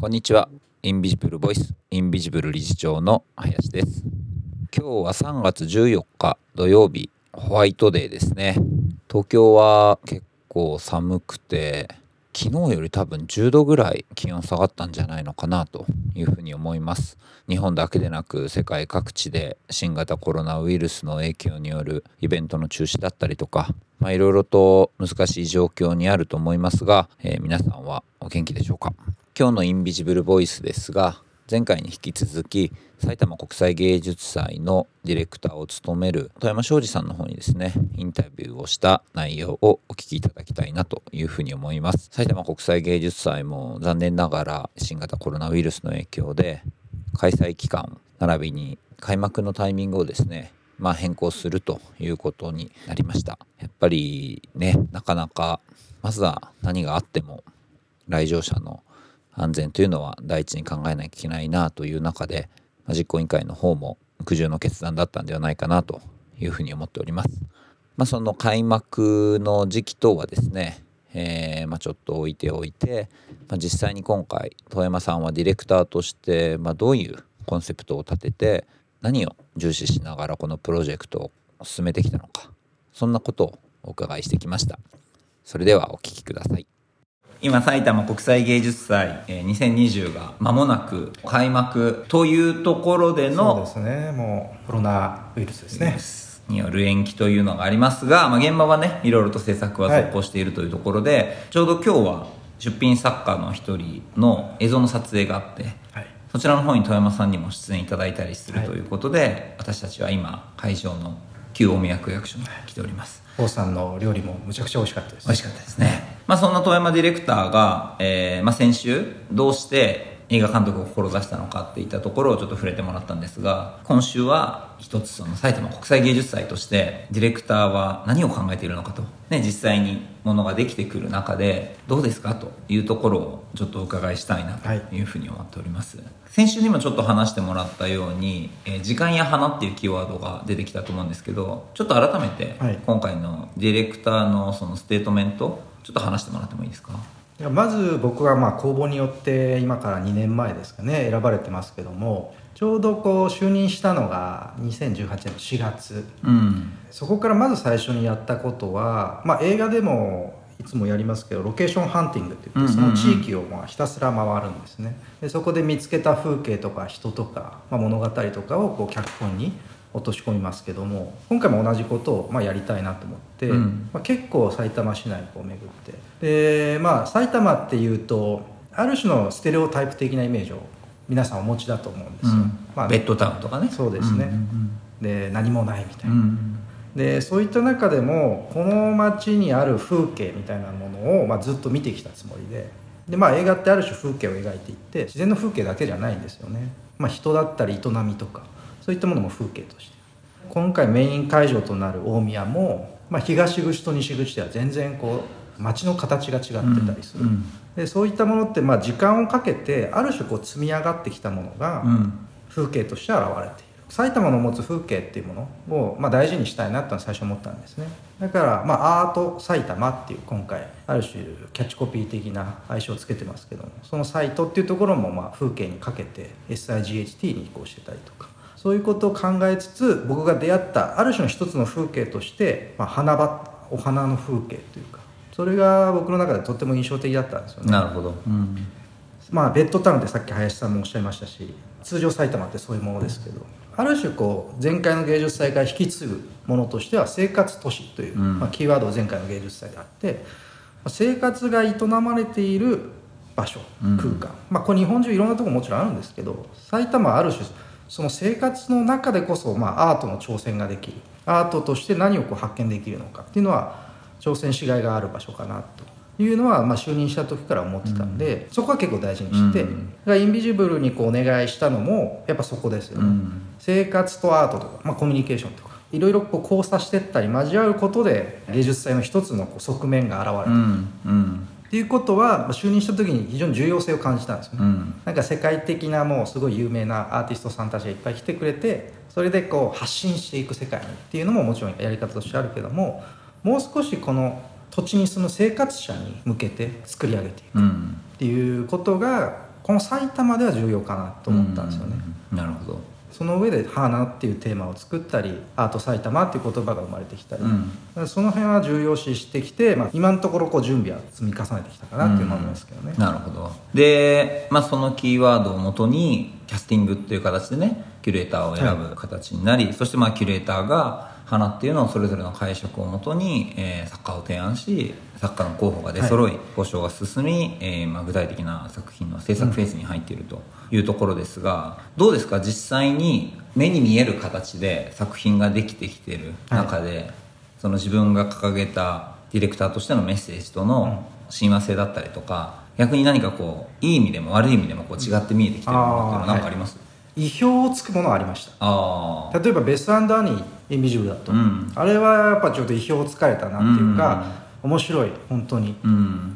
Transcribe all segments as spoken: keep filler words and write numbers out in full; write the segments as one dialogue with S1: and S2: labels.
S1: こんにちは。インビジブルボイスインビジブル理事長の林です。今日はさんがつじゅうよっか土曜日、ホワイトデーですね。東京は結構寒くて、昨日より多分じゅうどぐらい気温下がったんじゃないのかなというふうに思います。日本だけでなく世界各地で新型コロナウイルスの影響によるイベントの中止だったりとか、まあ、いろいろと難しい状況にあると思いますが、えー皆さんはお元気でしょうか。今日のインビジブルボイスですが、前回に引き続き埼玉国際芸術祭のディレクターを務める富山庄司さんの方にですね、インタビューをした内容をお聞きいただきたいなというふうに思います。埼玉国際芸術祭も残念ながら新型コロナウイルスの影響で開催期間並びに開幕のタイミングをですね、まあ変更するということになりました。やっぱりね、なかなかまずは何があっても来場者の安全というのは第一に考えなきゃいけないなという中で、まあ実行委員会の方も苦渋の決断だったんではないかなというふうに思っております。まあ、その開幕の時期等はですね、えーまあ、ちょっと置いておいて、まあ、実際に今回遠山さんはディレクターとして、まあ、どういうコンセプトを立てて何を重視しながらこのプロジェクトを進めてきたのか、そんなことをお伺いしてきました。それではお聞きください。今埼玉国際芸術祭、えー、にせんにじゅうが間もなく開幕というところでの、
S2: そうですね、もうコロナウイルスですね
S1: による延期というのがありますが、まあ、現場はねいろいろと制作は続行しているというところで、はい、ちょうど今日は出品作家の一人の映像の撮影があって、はい、そちらの方に富山さんにも出演いただいたりするということで、はい、私たちは今会場の旧大宮区役所に来ております。
S2: 王さんの料理もむちゃくちゃ美味しかったです。
S1: 美味しかったですね。まあ、そんな富山ディレクターが、えーまあ、先週どうして映画監督を志したのかっていったところをちょっと触れてもらったんですが、今週は一つその埼玉国際芸術祭としてディレクターは何を考えているのかと、ね、実際にものができてくる中でどうですかというところをちょっとお伺いしたいなというふうに思っております、はい、先週にもちょっと話してもらったように、えー、時間や花っていうキーワードが出てきたと思うんですけど、ちょっと改めて今回のディレクターのそのステートメントちょっと話してもらってもいいですか。
S2: まず僕はまあ公募によって今からにねんまえですかね選ばれてますけども、ちょうどこう就任したのがにせんじゅうはちねんのしがつ、うん、そこからまず最初にやったことは、まあ、映画でもいつもやりますけどロケーションハンティングって言って、その地域をまあひたすら回るんですね。でそこで見つけた風景とか人とか、まあ、物語とかをこう脚本に落とし込みますけども、今回も同じことをまあやりたいなと思って、うんまあ、結構埼玉市内を巡って、で、まあ、埼玉っていうとある種のステレオタイプ的なイメージを皆さんお持ちだと思うんですよ、うん
S1: まあ、ベッドタウンとかね。
S2: そうですね、うんうんうん、で何もないみたいな、うんうん、でそういった中でもこの街にある風景みたいなものをまあずっと見てきたつもりで、で、まあ、映画ってある種風景を描いていって自然の風景だけじゃないんですよね、まあ、人だったり営みとかそういったものも風景として、今回メイン会場となる大宮も、まあ、東口と西口では全然こう街の形が違ってたりする、うんうん、でそういったものってまあ時間をかけてある種こう積み上がってきたものが風景として現れている。埼玉の持つ風景っていうものをまあ大事にしたいなって最初思ったんですね。だからまあアート埼玉っていう今回ある種キャッチコピー的な愛称をつけてますけども、そのサイトっていうところもまあ風景にかけて エスアイジーエイチティー に移行してたりとか、そういうことを考えつつ僕が出会ったある種の一つの風景として、まあ、花場お花の風景というか、それが僕の中でとっても印象的だったんですよね。
S1: なるほど、うん
S2: まあ、ベッドタウンってさっき林さんもおっしゃいましたし、通常埼玉ってそういうものですけど、ある種こう前回の芸術祭から引き継ぐものとしては生活都市という、うんまあ、キーワードを前回の芸術祭であって、生活が営まれている場所、空間、うんまあ、これ日本中いろんなところもちろんあるんですけど、埼玉はある種その生活の中でこそ、まあ、アートの挑戦ができる、アートとして何をこう発見できるのかっていうのは挑戦しがいがある場所かなというのは、まあ、就任した時から思ってたんで、うん、そこは結構大事にして、うん、インビジブルにこうお願いしたのもやっぱそこですよね、うん、生活とアートとか、まあ、コミュニケーションとかいろいろこう交差していったり交わることで芸術祭の一つのこう側面が現れてる、うんうんっていうことは就任した時に非常に重要性を感じたんですよね、うん、なんか世界的なもうすごい有名なアーティストさんたちがいっぱい来てくれて、それでこう発信していく世界にっていうのももちろんやり方としてあるけども、もう少しこの土地に住む生活者に向けて作り上げていくっていうことがこの埼玉では重要かなと思ったんですよね。
S1: うん、なるほど。
S2: その上で花っていうテーマを作ったりアート埼玉っていう言葉が生まれてきたり、うん、その辺は重要視してきて、まあ、今のところこう準備は積み重ねてきたかなっていうのは思いますけどね、
S1: うん、なるほど。で、まあ、そのキーワードをもとにキャスティングっていう形でねキュレーターを選ぶ形になり、はい、そしてまあキュレーターが花っていうのをそれぞれの解釈をもとに、えー、作家を提案し作家の候補が出揃い、はい、交渉が進み、えーまあ、具体的な作品の制作フェーズに入っているというところですが、うん、どうですか実際に目に見える形で作品ができてきている中で、はい、その自分が掲げたディレクターとしてのメッセージとの親和性だったりとか、逆に何かこういい意味でも悪い意味でもこう違って見えてきてるものっていうのは何かあります？
S2: 意表をつくものはありました。あ例えばベス・アンダーニーインビジブルだと、うん、あれはやっぱちょっと意表をつかれたなっていうか、うん、面白い本当に、うん、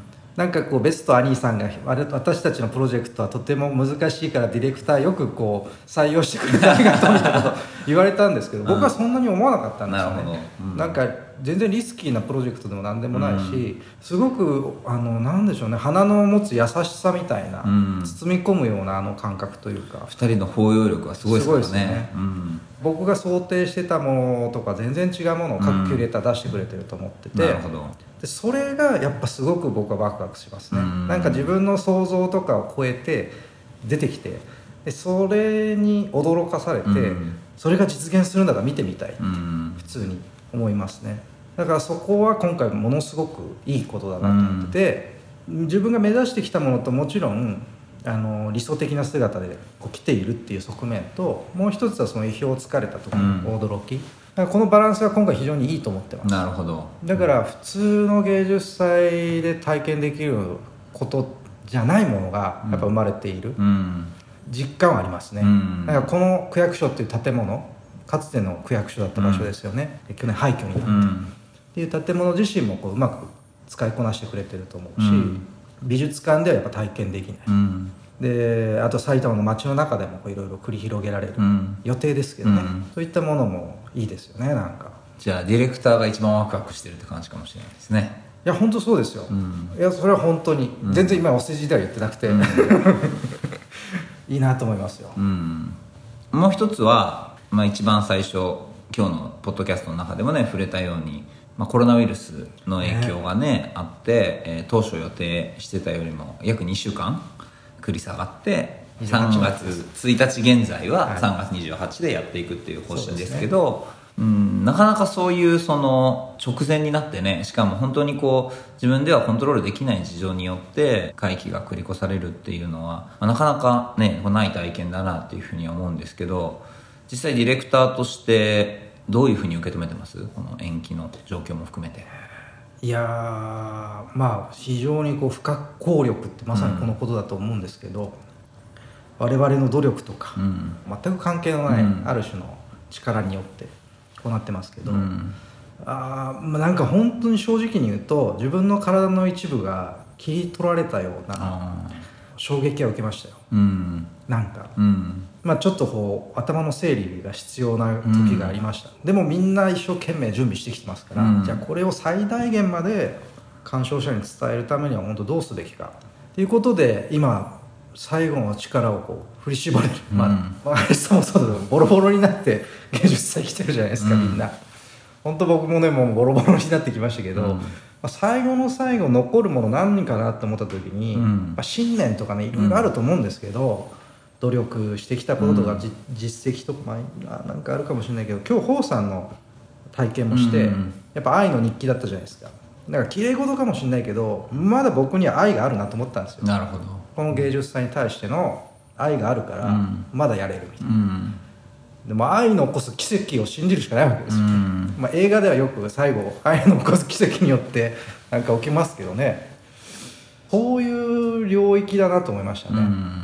S2: なんかこうベスとアニーさんがあれ私たちのプロジェクトはとても難しいからディレクターよくこう採用してくれてありがとうみたいなこと言われたんですけど、僕はそんなに思わなかったんですよね。なるほど、うん、なんか全然リスキーなプロジェクトでも何でもないし、うん、すごくあのなんでしょうね花の持つ優しさみたいな、うん、包み込むようなあの感覚というか
S1: ふたりの包容力はすごいですからね。すごいですね、
S2: うん、僕が想定してたものとか全然違うものを各キュレーター出してくれてると思ってて、うん、なるほど。でそれがやっぱすごく僕はワクワクしますね、うん、なんか自分の想像とかを超えて出てきてでそれに驚かされて、うん、それが実現するんだから見てみたいって、うん、普通に思いますね。だからそこは今回ものすごくいいことだなと思ってて、うん、自分が目指してきたものともちろんあの理想的な姿でこう来ているっていう側面と、もう一つはその意表をつかれたところの驚き、うん、だからこのバランスは今回非常にいいと思ってます。
S1: なるほど。
S2: だから普通の芸術祭で体験できることじゃないものがやっぱ生まれている、うん、実感はありますね、うん、だからこの区役所っていう建物かつての区役所だった場所ですよね、うん、去年廃墟になって、うん、っていう建物自身もこううまく使いこなしてくれてると思うし、うん、美術館ではやっぱ体験できない、うん、であと埼玉の街の中でもいろいろ繰り広げられる予定ですけどね、うん、そういったものもいいですよね。なんか
S1: じゃあディレクターが一番ワクワクしてるって感じかもしれないですね。
S2: いや本当そうですよ、うん、いやそれは本当に、うん、全然今お世辞では言ってなくて、うん、いいなと思いますよ、うん、
S1: もう一つは、まあ、一番最初今日のポッドキャストの中でもね触れたように、まあ、コロナウイルスの影響がね、ねあって、えー、当初予定してたよりも約にしゅうかん繰り下がってさんがつついたち現在はさんがつにじゅうはちでやっていくっていう方針ですけど、うん、なかなかそういうその直前になってね、しかも本当にこう自分ではコントロールできない事情によって会期が繰り越されるっていうのは、まあ、なかなかねない体験だなっていうふうには思うんですけど、実際ディレクターとしてどういうふうに受け止めてます？この延期の状況も含めて。
S2: いやまあ非常にこう不可抗力ってまさにこのことだと思うんですけど、うん、我々の努力とか、うん、全く関係のない、うん、ある種の力によってこうなってますけど、うん、あまあなんか本当に正直に言うと自分の体の一部が切り取られたような衝撃は受けましたよ、うん、なんか、うんまあ、ちょっとこう頭の整理が必要な時がありました、うん、でもみんな一生懸命準備してきてますから、うん、じゃあこれを最大限まで鑑賞者に伝えるためには本当どうすべきかということで今最後の力をこう振り絞れる、うん、まあ、まあ、そもそもボロボロになって芸術祭来てるじゃないですか、うん、みんな本当僕もねもうボロボロになってきましたけど、うん、まあ、最後の最後残るもの何かなと思った時に、うん、まあ、信念とかねいろいろあると思うんですけど、うん、努力してきたこととか、うん、実績とか、まあ、なんかあるかもしれないけど今日ホウさんの体験もして、うん、やっぱ愛の日記だったじゃないですか。だから綺麗事かもしれないけどまだ僕には愛があるなと思ったんですよ。
S1: なるほど。
S2: この芸術祭に対しての愛があるからまだやれるみたいな、うん、でも愛の起こす奇跡を信じるしかないわけですよ、うん、まあ、映画ではよく最後愛の起こす奇跡によってなんか起きますけどね、そういう領域だなと思いましたね、うん、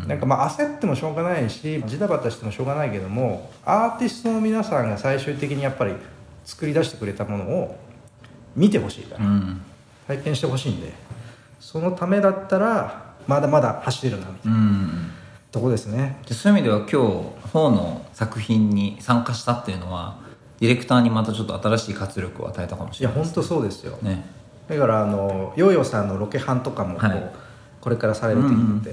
S2: なんかまあ焦ってもしょうがないしジタバタしてもしょうがないけどもアーティストの皆さんが最終的にやっぱり作り出してくれたものを見てほしいから、うん、体験してほしいんで、そのためだったらまだまだ走れるなみたいな、うん、とこですね。
S1: そういう意味では今日ホウの作品に参加したっていうのはディレクターにまたちょっと新しい活力を与えたかもしれないです、ね、
S2: いや本当そうですよ、
S1: ね、
S2: だからあのヨーヨーさんのロケハンとかもこう、はい、これからされるって聞いてて、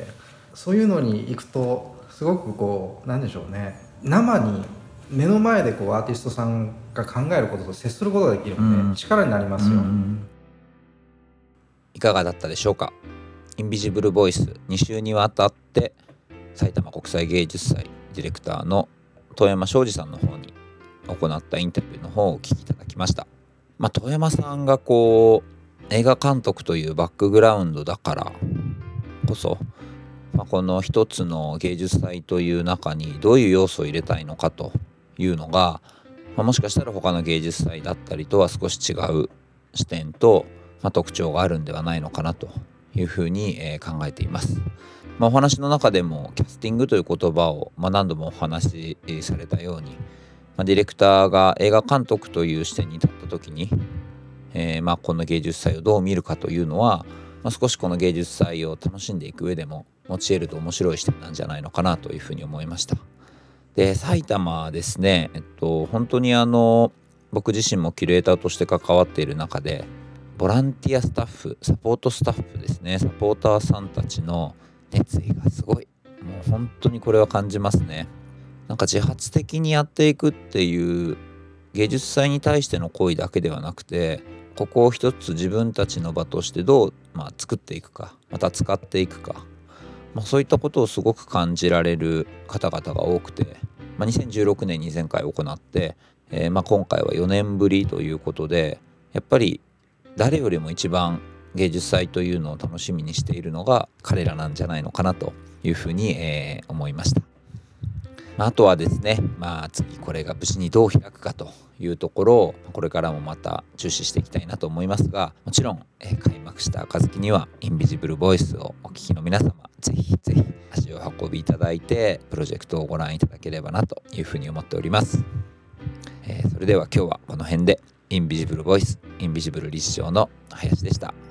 S2: そういうのに行くとすごくこうなんでしょうね、生に目の前でこうアーティストさんが考えることと接することができるので、うん、力になりますよ、うん、
S1: いかがだったでしょうか。インビジブルボイスに週にわたって埼玉国際芸術祭ディレクターの遠山昌司さんの方に行ったインタビューの方をお聞きいただきました。まあ、遠山さんがこう映画監督というバックグラウンドだからこそ、まあ、この一つの芸術祭という中にどういう要素を入れたいのかというのが、まあ、もしかしたら他の芸術祭だったりとは少し違う視点と、まあ、特徴があるんではないのかなというふうに、えー、考えています。まあ、お話の中でもキャスティングという言葉を、まあ、何度もお話しされたように、まあ、ディレクターが映画監督という視点に立った時に、えーまあ、この芸術祭をどう見るかというのは、まあ、少しこの芸術祭を楽しんでいく上でも用いると面白い視点なんじゃないのかなというふうに思いました。で、埼玉ですね、えっと、本当にあの僕自身もキュレーターとして関わっている中でボランティアスタッフ、サポートスタッフですね、サポーターさんたちの熱意がすごい、もう本当にこれは感じますね。なんか自発的にやっていくっていう芸術祭に対しての行為だけではなくて、ここを一つ自分たちの場としてどう、まあ、作っていくか、また使っていくか、まあ、そういったことをすごく感じられる方々が多くて、まあ、にせんじゅうろくねんに前回行って、えーまあ、今回はよねんぶりということで、やっぱり誰よりも一番芸術祭というのを楽しみにしているのが彼らなんじゃないのかなというふうに、えー、思いました。まあ、あとはですね、まあ、次これが無事にどう開くかというところをこれからもまた注視していきたいなと思いますが、もちろん、えー、開幕した暁にはインビジブルボイスをお聞きの皆様、ぜひぜひ足を運びいただいてプロジェクトをご覧いただければなというふうに思っております。えー、それでは今日はこの辺で。インビジブルボイス、インビジブル理事長の林でした。